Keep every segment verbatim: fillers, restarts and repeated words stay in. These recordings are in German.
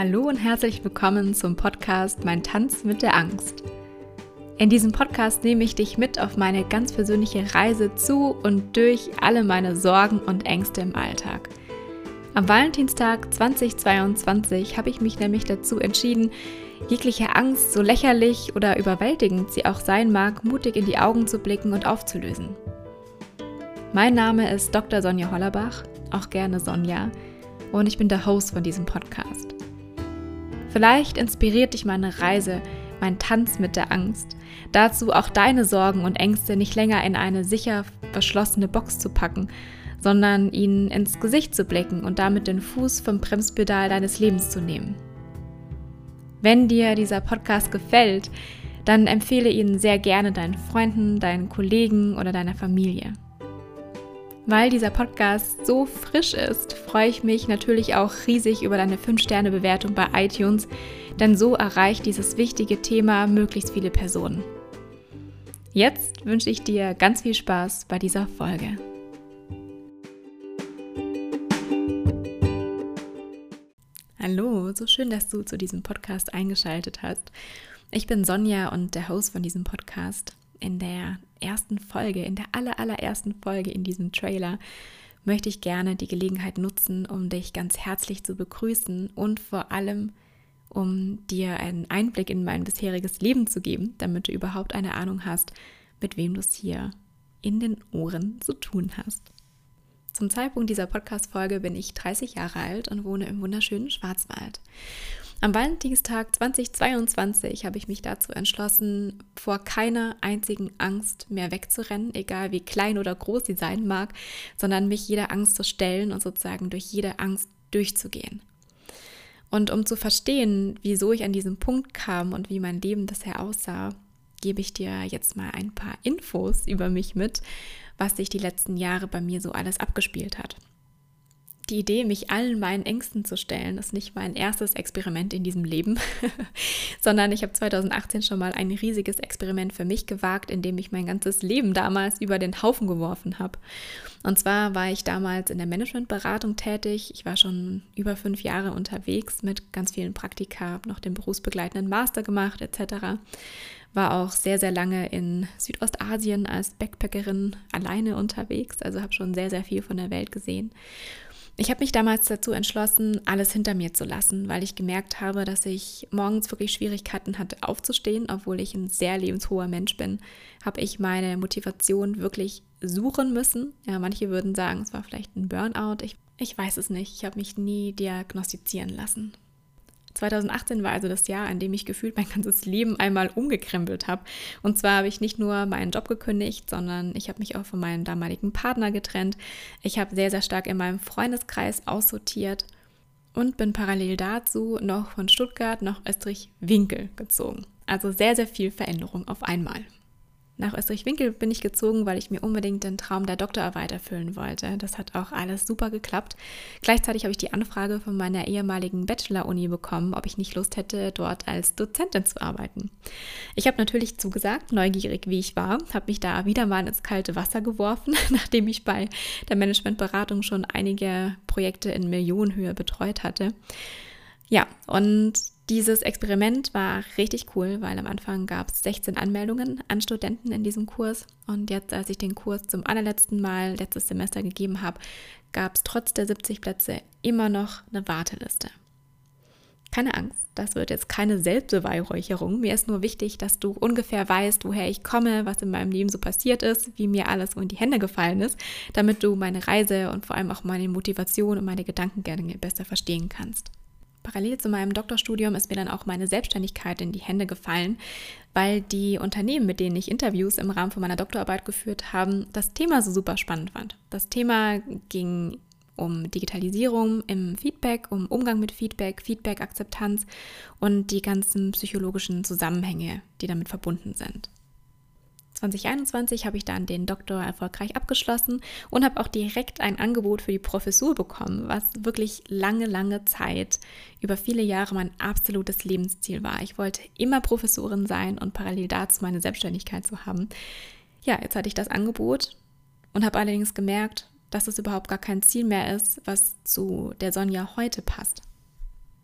Hallo und herzlich willkommen zum Podcast Mein Tanz mit der Angst. In diesem Podcast nehme ich dich mit auf meine ganz persönliche Reise zu und durch alle meine Sorgen und Ängste im Alltag. Am Valentinstag zweitausendzweiundzwanzig habe ich mich nämlich dazu entschieden, jegliche Angst, so lächerlich oder überwältigend sie auch sein mag, mutig in die Augen zu blicken und aufzulösen. Mein Name ist Doktor Sonja Hollerbach, auch gerne Sonja, und ich bin der Host von diesem Podcast. Vielleicht inspiriert dich meine Reise, mein Tanz mit der Angst, dazu auch deine Sorgen und Ängste nicht länger in eine sicher verschlossene Box zu packen, sondern ihnen ins Gesicht zu blicken und damit den Fuß vom Bremspedal deines Lebens zu nehmen. Wenn dir dieser Podcast gefällt, dann empfehle ihn sehr gerne deinen Freunden, deinen Kollegen oder deiner Familie. Weil dieser Podcast so frisch ist, freue ich mich natürlich auch riesig über deine fünf Sterne Bewertung bei iTunes, denn so erreicht dieses wichtige Thema möglichst viele Personen. Jetzt wünsche ich dir ganz viel Spaß bei dieser Folge. Hallo, so schön, dass du zu diesem Podcast eingeschaltet hast. Ich bin Sonja und der Host von diesem Podcast. In der ersten Folge, in der aller, allerersten Folge in diesem Trailer möchte ich gerne die Gelegenheit nutzen, um dich ganz herzlich zu begrüßen und vor allem, um dir einen Einblick in mein bisheriges Leben zu geben, damit du überhaupt eine Ahnung hast, mit wem du es hier in den Ohren zu tun hast. Zum Zeitpunkt dieser Podcast-Folge bin ich dreißig Jahre alt und wohne im wunderschönen Schwarzwald. Am Valentinstag zweitausendzweiundzwanzig habe ich mich dazu entschlossen, vor keiner einzigen Angst mehr wegzurennen, egal wie klein oder groß sie sein mag, sondern mich jeder Angst zu stellen und sozusagen durch jede Angst durchzugehen. Und um zu verstehen, wieso ich an diesen Punkt kam und wie mein Leben bisher aussah, gebe ich dir jetzt mal ein paar Infos über mich mit, was sich die letzten Jahre bei mir so alles abgespielt hat. Die Idee, mich allen meinen Ängsten zu stellen, ist nicht mein erstes Experiment in diesem Leben, sondern ich habe zweitausendachtzehn schon mal ein riesiges Experiment für mich gewagt, indem ich mein ganzes Leben damals über den Haufen geworfen habe. Und zwar war ich damals in der Managementberatung tätig. Ich war schon über fünf Jahre unterwegs mit ganz vielen Praktika, habe noch den berufsbegleitenden Master gemacht et cetera. War auch sehr, sehr lange in Südostasien als Backpackerin alleine unterwegs, also habe schon sehr, sehr viel von der Welt gesehen. Ich habe mich damals dazu entschlossen, alles hinter mir zu lassen, weil ich gemerkt habe, dass ich morgens wirklich Schwierigkeiten hatte aufzustehen, obwohl ich ein sehr lebensfroher Mensch bin, habe ich meine Motivation wirklich suchen müssen. Ja, manche würden sagen, es war vielleicht ein Burnout. Ich, ich weiß es nicht. Ich habe mich nie diagnostizieren lassen. zweitausendachtzehn war also das Jahr, in dem ich gefühlt mein ganzes Leben einmal umgekrempelt habe. Und zwar habe ich nicht nur meinen Job gekündigt, sondern ich habe mich auch von meinem damaligen Partner getrennt. Ich habe sehr, sehr stark in meinem Freundeskreis aussortiert und bin parallel dazu noch von Stuttgart nach Österreich-Winkel gezogen. Also sehr, sehr viel Veränderung auf einmal. Nach Österreich-Winkel bin ich gezogen, weil ich mir unbedingt den Traum der Doktorarbeit erfüllen wollte. Das hat auch alles super geklappt. Gleichzeitig habe ich die Anfrage von meiner ehemaligen Bachelor-Uni bekommen, ob ich nicht Lust hätte, dort als Dozentin zu arbeiten. Ich habe natürlich zugesagt, neugierig wie ich war, habe mich da wieder mal ins kalte Wasser geworfen, nachdem ich bei der Managementberatung schon einige Projekte in Millionenhöhe betreut hatte. Ja, und dieses Experiment war richtig cool, weil am Anfang gab es sechzehn Anmeldungen an Studenten in diesem Kurs und jetzt, als ich den Kurs zum allerletzten Mal letztes Semester gegeben habe, gab es trotz der siebzig Plätze immer noch eine Warteliste. Keine Angst, das wird jetzt keine Selbstbeweihräucherung. Mir ist nur wichtig, dass du ungefähr weißt, woher ich komme, was in meinem Leben so passiert ist, wie mir alles so in die Hände gefallen ist, damit du meine Reise und vor allem auch meine Motivation und meine Gedankengänge besser verstehen kannst. Parallel zu meinem Doktorstudium ist mir dann auch meine Selbstständigkeit in die Hände gefallen, weil die Unternehmen, mit denen ich Interviews im Rahmen von meiner Doktorarbeit geführt habe, das Thema so super spannend fand. Das Thema ging um Digitalisierung im Feedback, um Umgang mit Feedback, Feedback-Akzeptanz und die ganzen psychologischen Zusammenhänge, die damit verbunden sind. zwanzig einundzwanzig habe ich dann den Doktor erfolgreich abgeschlossen und habe auch direkt ein Angebot für die Professur bekommen, was wirklich lange, lange Zeit, über viele Jahre mein absolutes Lebensziel war. Ich wollte immer Professorin sein und parallel dazu meine Selbstständigkeit zu haben. Ja, jetzt hatte ich das Angebot und habe allerdings gemerkt, dass es überhaupt gar kein Ziel mehr ist, was zu der Sonja heute passt.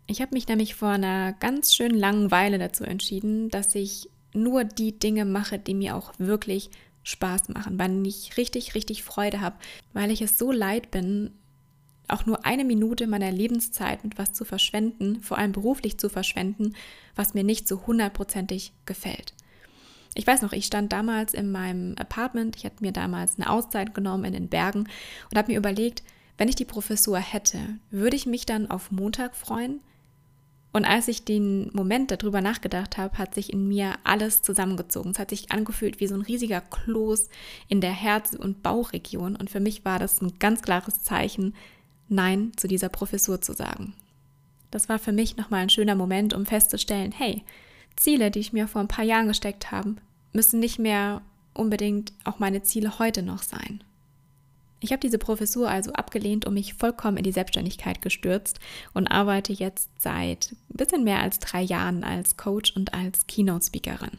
Ich habe mich nämlich vor einer ganz schön langen Weile dazu entschieden, dass ich nur die Dinge mache, die mir auch wirklich Spaß machen, weil ich richtig, richtig Freude habe, weil ich es so leid bin, auch nur eine Minute meiner Lebenszeit mit was zu verschwenden, vor allem beruflich zu verschwenden, was mir nicht so hundertprozentig gefällt. Ich weiß noch, ich stand damals in meinem Apartment, ich hatte mir damals eine Auszeit genommen in den Bergen und habe mir überlegt, wenn ich die Professur hätte, würde ich mich dann auf Montag freuen? Und als ich den Moment darüber nachgedacht habe, hat sich in mir alles zusammengezogen. Es hat sich angefühlt wie so ein riesiger Kloß in der Herz- und Bauchregion. Und für mich war das ein ganz klares Zeichen, Nein zu dieser Professur zu sagen. Das war für mich nochmal ein schöner Moment, um festzustellen, hey, Ziele, die ich mir vor ein paar Jahren gesteckt habe, müssen nicht mehr unbedingt auch meine Ziele heute noch sein. Ich habe diese Professur also abgelehnt und mich vollkommen in die Selbstständigkeit gestürzt und arbeite jetzt seit ein bisschen mehr als drei Jahren als Coach und als Keynote-Speakerin.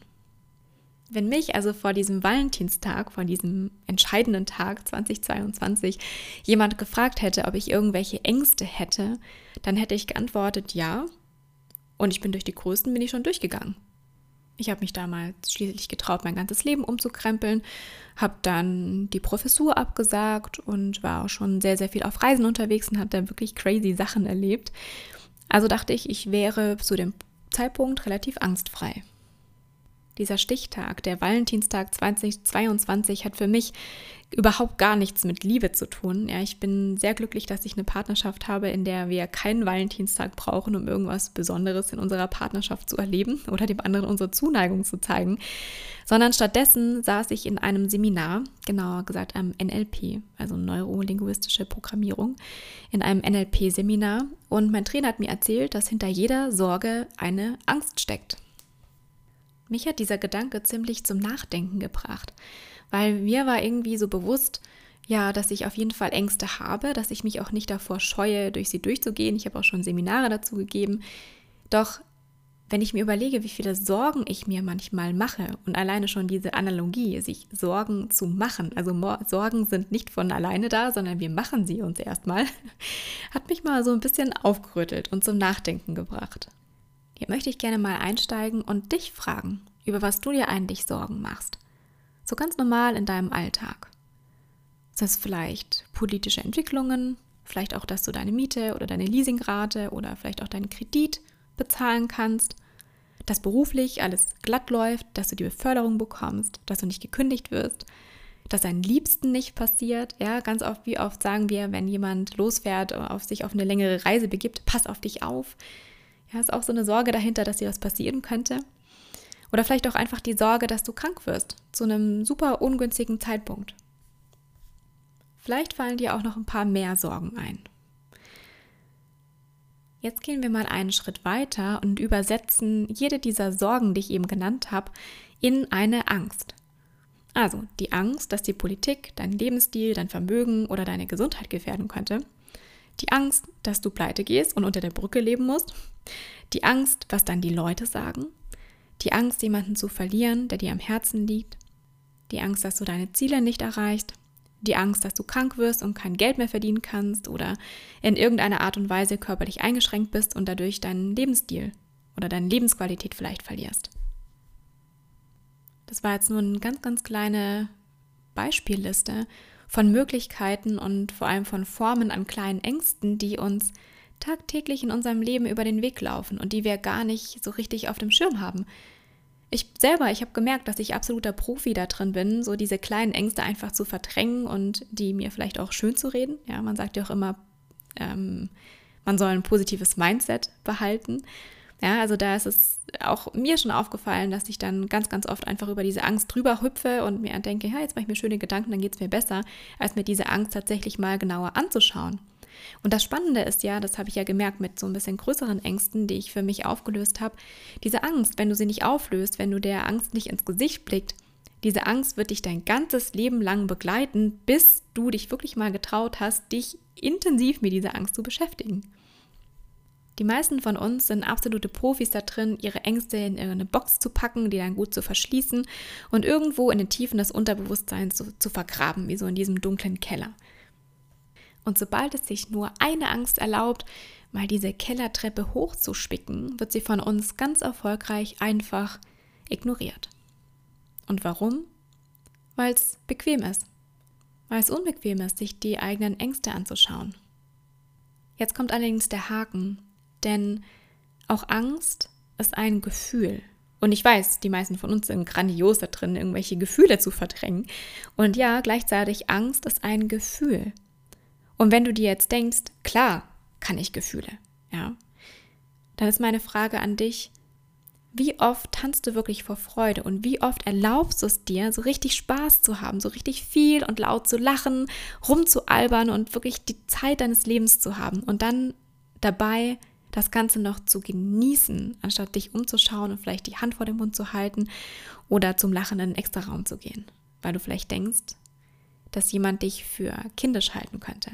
Wenn mich also vor diesem Valentinstag, vor diesem entscheidenden Tag zweitausendzweiundzwanzig jemand gefragt hätte, ob ich irgendwelche Ängste hätte, dann hätte ich geantwortet, ja. Und ich bin durch die größten, bin ich schon durchgegangen. Ich habe mich damals schließlich getraut, mein ganzes Leben umzukrempeln, habe dann die Professur abgesagt und war auch schon sehr, sehr viel auf Reisen unterwegs und habe da wirklich crazy Sachen erlebt. Also dachte ich, ich wäre zu dem Zeitpunkt relativ angstfrei. Dieser Stichtag, der Valentinstag zweitausendzweiundzwanzig, hat für mich überhaupt gar nichts mit Liebe zu tun. Ja, ich bin sehr glücklich, dass ich eine Partnerschaft habe, in der wir keinen Valentinstag brauchen, um irgendwas Besonderes in unserer Partnerschaft zu erleben oder dem anderen unsere Zuneigung zu zeigen, sondern stattdessen saß ich in einem Seminar, genauer gesagt am N L P, also neurolinguistische Programmierung, in einem N L P-Seminar und mein Trainer hat mir erzählt, dass hinter jeder Sorge eine Angst steckt. Mich hat dieser Gedanke ziemlich zum Nachdenken gebracht, weil mir war irgendwie so bewusst, ja, dass ich auf jeden Fall Ängste habe, dass ich mich auch nicht davor scheue, durch sie durchzugehen. Ich habe auch schon Seminare dazu gegeben. Doch wenn ich mir überlege, wie viele Sorgen ich mir manchmal mache und alleine schon diese Analogie, sich Sorgen zu machen, also Sorgen sind nicht von alleine da, sondern wir machen sie uns erstmal, hat mich mal so ein bisschen aufgerüttelt und zum Nachdenken gebracht. Hier möchte ich gerne mal einsteigen und dich fragen, über was du dir eigentlich Sorgen machst. So ganz normal in deinem Alltag. Ist das vielleicht politische Entwicklungen, vielleicht auch, dass du deine Miete oder deine Leasingrate oder vielleicht auch deinen Kredit bezahlen kannst, dass beruflich alles glatt läuft, dass du die Beförderung bekommst, dass du nicht gekündigt wirst, dass deinen Liebsten nicht passiert. Ja, ganz oft, wie oft sagen wir, wenn jemand losfährt oder auf sich auf eine längere Reise begibt, pass auf dich auf. Ja, ist auch so eine Sorge dahinter, dass dir das passieren könnte. Oder vielleicht auch einfach die Sorge, dass du krank wirst, zu einem super ungünstigen Zeitpunkt. Vielleicht fallen dir auch noch ein paar mehr Sorgen ein. Jetzt gehen wir mal einen Schritt weiter und übersetzen jede dieser Sorgen, die ich eben genannt habe, in eine Angst. Also die Angst, dass die Politik deinen Lebensstil, dein Vermögen oder deine Gesundheit gefährden könnte. Die Angst, dass du pleite gehst und unter der Brücke leben musst. Die Angst, was dann die Leute sagen. Die Angst, jemanden zu verlieren, der dir am Herzen liegt. Die Angst, dass du deine Ziele nicht erreichst. Die Angst, dass du krank wirst und kein Geld mehr verdienen kannst oder in irgendeiner Art und Weise körperlich eingeschränkt bist und dadurch deinen Lebensstil oder deine Lebensqualität vielleicht verlierst. Das war jetzt nur eine ganz, ganz kleine Beispielliste von Möglichkeiten und vor allem von Formen an kleinen Ängsten, die uns tagtäglich in unserem Leben über den Weg laufen und die wir gar nicht so richtig auf dem Schirm haben. Ich selber, ich habe gemerkt, dass ich absoluter Profi da drin bin, so diese kleinen Ängste einfach zu verdrängen und die mir vielleicht auch schön zu reden. Ja, man sagt ja auch immer, ähm, man soll ein positives Mindset behalten. Ja, also da ist es auch mir schon aufgefallen, dass ich dann ganz, ganz oft einfach über diese Angst drüber hüpfe und mir denke, ja, jetzt mache ich mir schöne Gedanken, dann geht es mir besser, als mir diese Angst tatsächlich mal genauer anzuschauen. Und das Spannende ist ja, das habe ich ja gemerkt mit so ein bisschen größeren Ängsten, die ich für mich aufgelöst habe, diese Angst, wenn du sie nicht auflöst, wenn du der Angst nicht ins Gesicht blickst, diese Angst wird dich dein ganzes Leben lang begleiten, bis du dich wirklich mal getraut hast, dich intensiv mit dieser Angst zu beschäftigen. Die meisten von uns sind absolute Profis da drin, ihre Ängste in irgendeine Box zu packen, die dann gut zu verschließen und irgendwo in den Tiefen des Unterbewusstseins zu, zu vergraben, wie so in diesem dunklen Keller. Und sobald es sich nur eine Angst erlaubt, mal diese Kellertreppe hochzuspicken, wird sie von uns ganz erfolgreich einfach ignoriert. Und warum? Weil es bequem ist. Weil es unbequem ist, sich die eigenen Ängste anzuschauen. Jetzt kommt allerdings der Haken, denn auch Angst ist ein Gefühl. Und ich weiß, die meisten von uns sind grandios da drin, irgendwelche Gefühle zu verdrängen. Und ja, gleichzeitig Angst ist ein Gefühl. Und wenn du dir jetzt denkst, klar kann ich Gefühle, ja, dann ist meine Frage an dich, wie oft tanzt du wirklich vor Freude und wie oft erlaubst du es dir, so richtig Spaß zu haben, so richtig viel und laut zu lachen, rumzualbern und wirklich die Zeit deines Lebens zu haben und dann dabei das Ganze noch zu genießen, anstatt dich umzuschauen und vielleicht die Hand vor dem Mund zu halten oder zum Lachen in einen Extraraum zu gehen, weil du vielleicht denkst, dass jemand dich für kindisch halten könnte.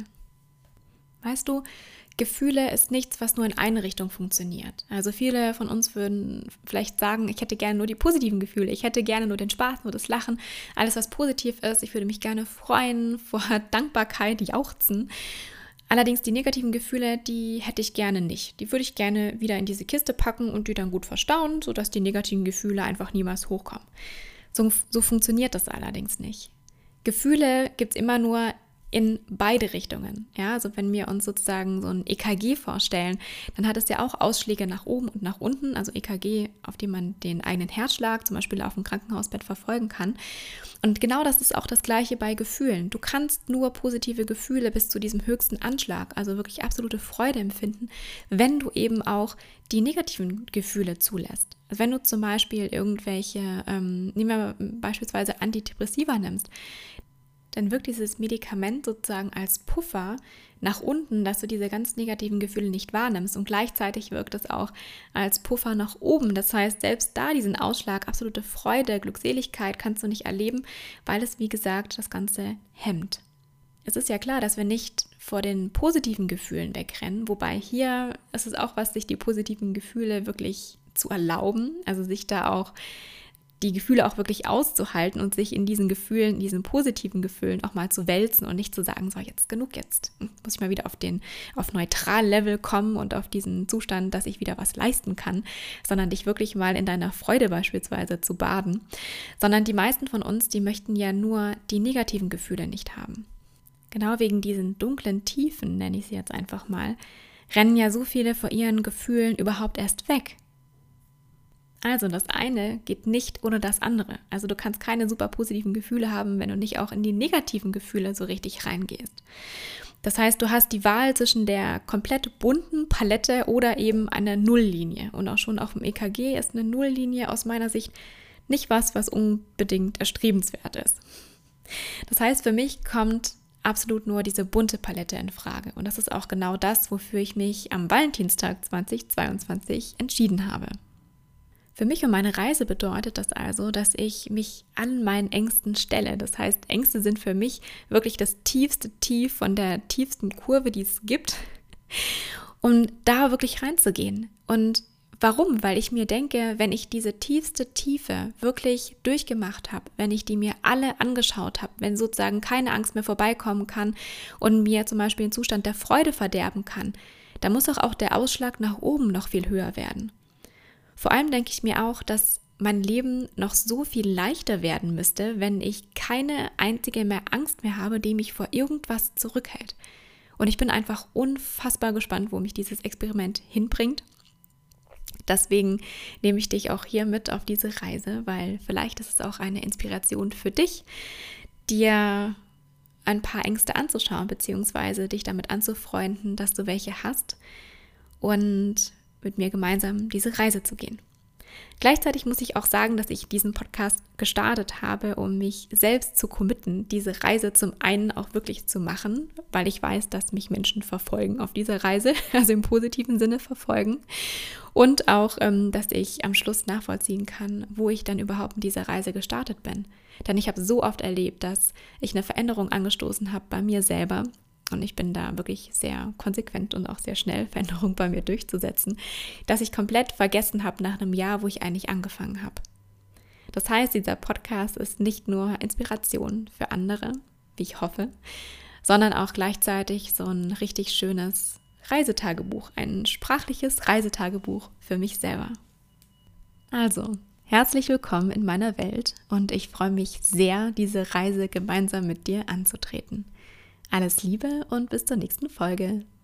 Weißt du, Gefühle ist nichts, was nur in eine Richtung funktioniert. Also viele von uns würden vielleicht sagen, ich hätte gerne nur die positiven Gefühle, ich hätte gerne nur den Spaß, nur das Lachen, alles was positiv ist, ich würde mich gerne freuen, vor Dankbarkeit jauchzen. Allerdings die negativen Gefühle, die hätte ich gerne nicht. Die würde ich gerne wieder in diese Kiste packen und die dann gut verstauen, sodass die negativen Gefühle einfach niemals hochkommen. So, so funktioniert das allerdings nicht. Gefühle gibt es immer nur in beide Richtungen. Ja, also wenn wir uns sozusagen so ein E K G vorstellen, dann hat es ja auch Ausschläge nach oben und nach unten, also E K G, auf dem man den eigenen Herzschlag zum Beispiel auf dem Krankenhausbett verfolgen kann. Und genau das ist auch das Gleiche bei Gefühlen. Du kannst nur positive Gefühle bis zu diesem höchsten Anschlag, also wirklich absolute Freude empfinden, wenn du eben auch die negativen Gefühle zulässt. Also wenn du zum Beispiel irgendwelche, ähm, nehmen wir beispielsweise Antidepressiva nimmst, dann wirkt dieses Medikament sozusagen als Puffer nach unten, dass du diese ganz negativen Gefühle nicht wahrnimmst und gleichzeitig wirkt es auch als Puffer nach oben. Das heißt, selbst da diesen Ausschlag, absolute Freude, Glückseligkeit kannst du nicht erleben, weil es, wie gesagt, das Ganze hemmt. Es ist ja klar, dass wir nicht vor den positiven Gefühlen wegrennen, wobei hier ist es auch was, sich die positiven Gefühle wirklich zu erlauben, also sich da auch die Gefühle auch wirklich auszuhalten und sich in diesen Gefühlen, in diesen positiven Gefühlen auch mal zu wälzen und nicht zu sagen, so jetzt genug, jetzt muss ich mal wieder auf den auf Neutral-Level kommen und auf diesen Zustand, dass ich wieder was leisten kann, sondern dich wirklich mal in deiner Freude beispielsweise zu baden, sondern die meisten von uns, die möchten ja nur die negativen Gefühle nicht haben. Genau wegen diesen dunklen Tiefen, nenne ich sie jetzt einfach mal, rennen ja so viele vor ihren Gefühlen überhaupt erst weg. Also das eine geht nicht ohne das andere. Also du kannst keine super positiven Gefühle haben, wenn du nicht auch in die negativen Gefühle so richtig reingehst. Das heißt, du hast die Wahl zwischen der komplett bunten Palette oder eben einer Nulllinie. Und auch schon auf dem E K G ist eine Nulllinie aus meiner Sicht nicht was, was unbedingt erstrebenswert ist. Das heißt, für mich kommt absolut nur diese bunte Palette in Frage. Und das ist auch genau das, wofür ich mich am Valentinstag zweitausendzweiundzwanzig entschieden habe. Für mich und meine Reise bedeutet das also, dass ich mich an meinen Ängsten stelle. Das heißt, Ängste sind für mich wirklich das tiefste Tief von der tiefsten Kurve, die es gibt, um da wirklich reinzugehen. Und warum? Weil ich mir denke, wenn ich diese tiefste Tiefe wirklich durchgemacht habe, wenn ich die mir alle angeschaut habe, wenn sozusagen keine Angst mehr vorbeikommen kann und mir zum Beispiel den Zustand der Freude verderben kann, dann muss auch, auch der Ausschlag nach oben noch viel höher werden. Vor allem denke ich mir auch, dass mein Leben noch so viel leichter werden müsste, wenn ich keine einzige mehr Angst mehr habe, die mich vor irgendwas zurückhält. Und ich bin einfach unfassbar gespannt, wo mich dieses Experiment hinbringt. Deswegen nehme ich dich auch hier mit auf diese Reise, weil vielleicht ist es auch eine Inspiration für dich, dir ein paar Ängste anzuschauen, beziehungsweise dich damit anzufreunden, dass du welche hast und mit mir gemeinsam diese Reise zu gehen. Gleichzeitig muss ich auch sagen, dass ich diesen Podcast gestartet habe, um mich selbst zu committen, diese Reise zum einen auch wirklich zu machen, weil ich weiß, dass mich Menschen verfolgen auf dieser Reise, also im positiven Sinne verfolgen, und auch, dass ich am Schluss nachvollziehen kann, wo ich dann überhaupt in dieser Reise gestartet bin. Denn ich habe so oft erlebt, dass ich eine Veränderung angestoßen habe bei mir selber. Und ich bin da wirklich sehr konsequent und auch sehr schnell, Veränderung bei mir durchzusetzen, dass ich komplett vergessen habe nach einem Jahr, wo ich eigentlich angefangen habe. Das heißt, dieser Podcast ist nicht nur Inspiration für andere, wie ich hoffe, sondern auch gleichzeitig so ein richtig schönes Reisetagebuch, ein sprachliches Reisetagebuch für mich selber. Also, herzlich willkommen in meiner Welt und ich freue mich sehr, diese Reise gemeinsam mit dir anzutreten. Alles Liebe und bis zur nächsten Folge.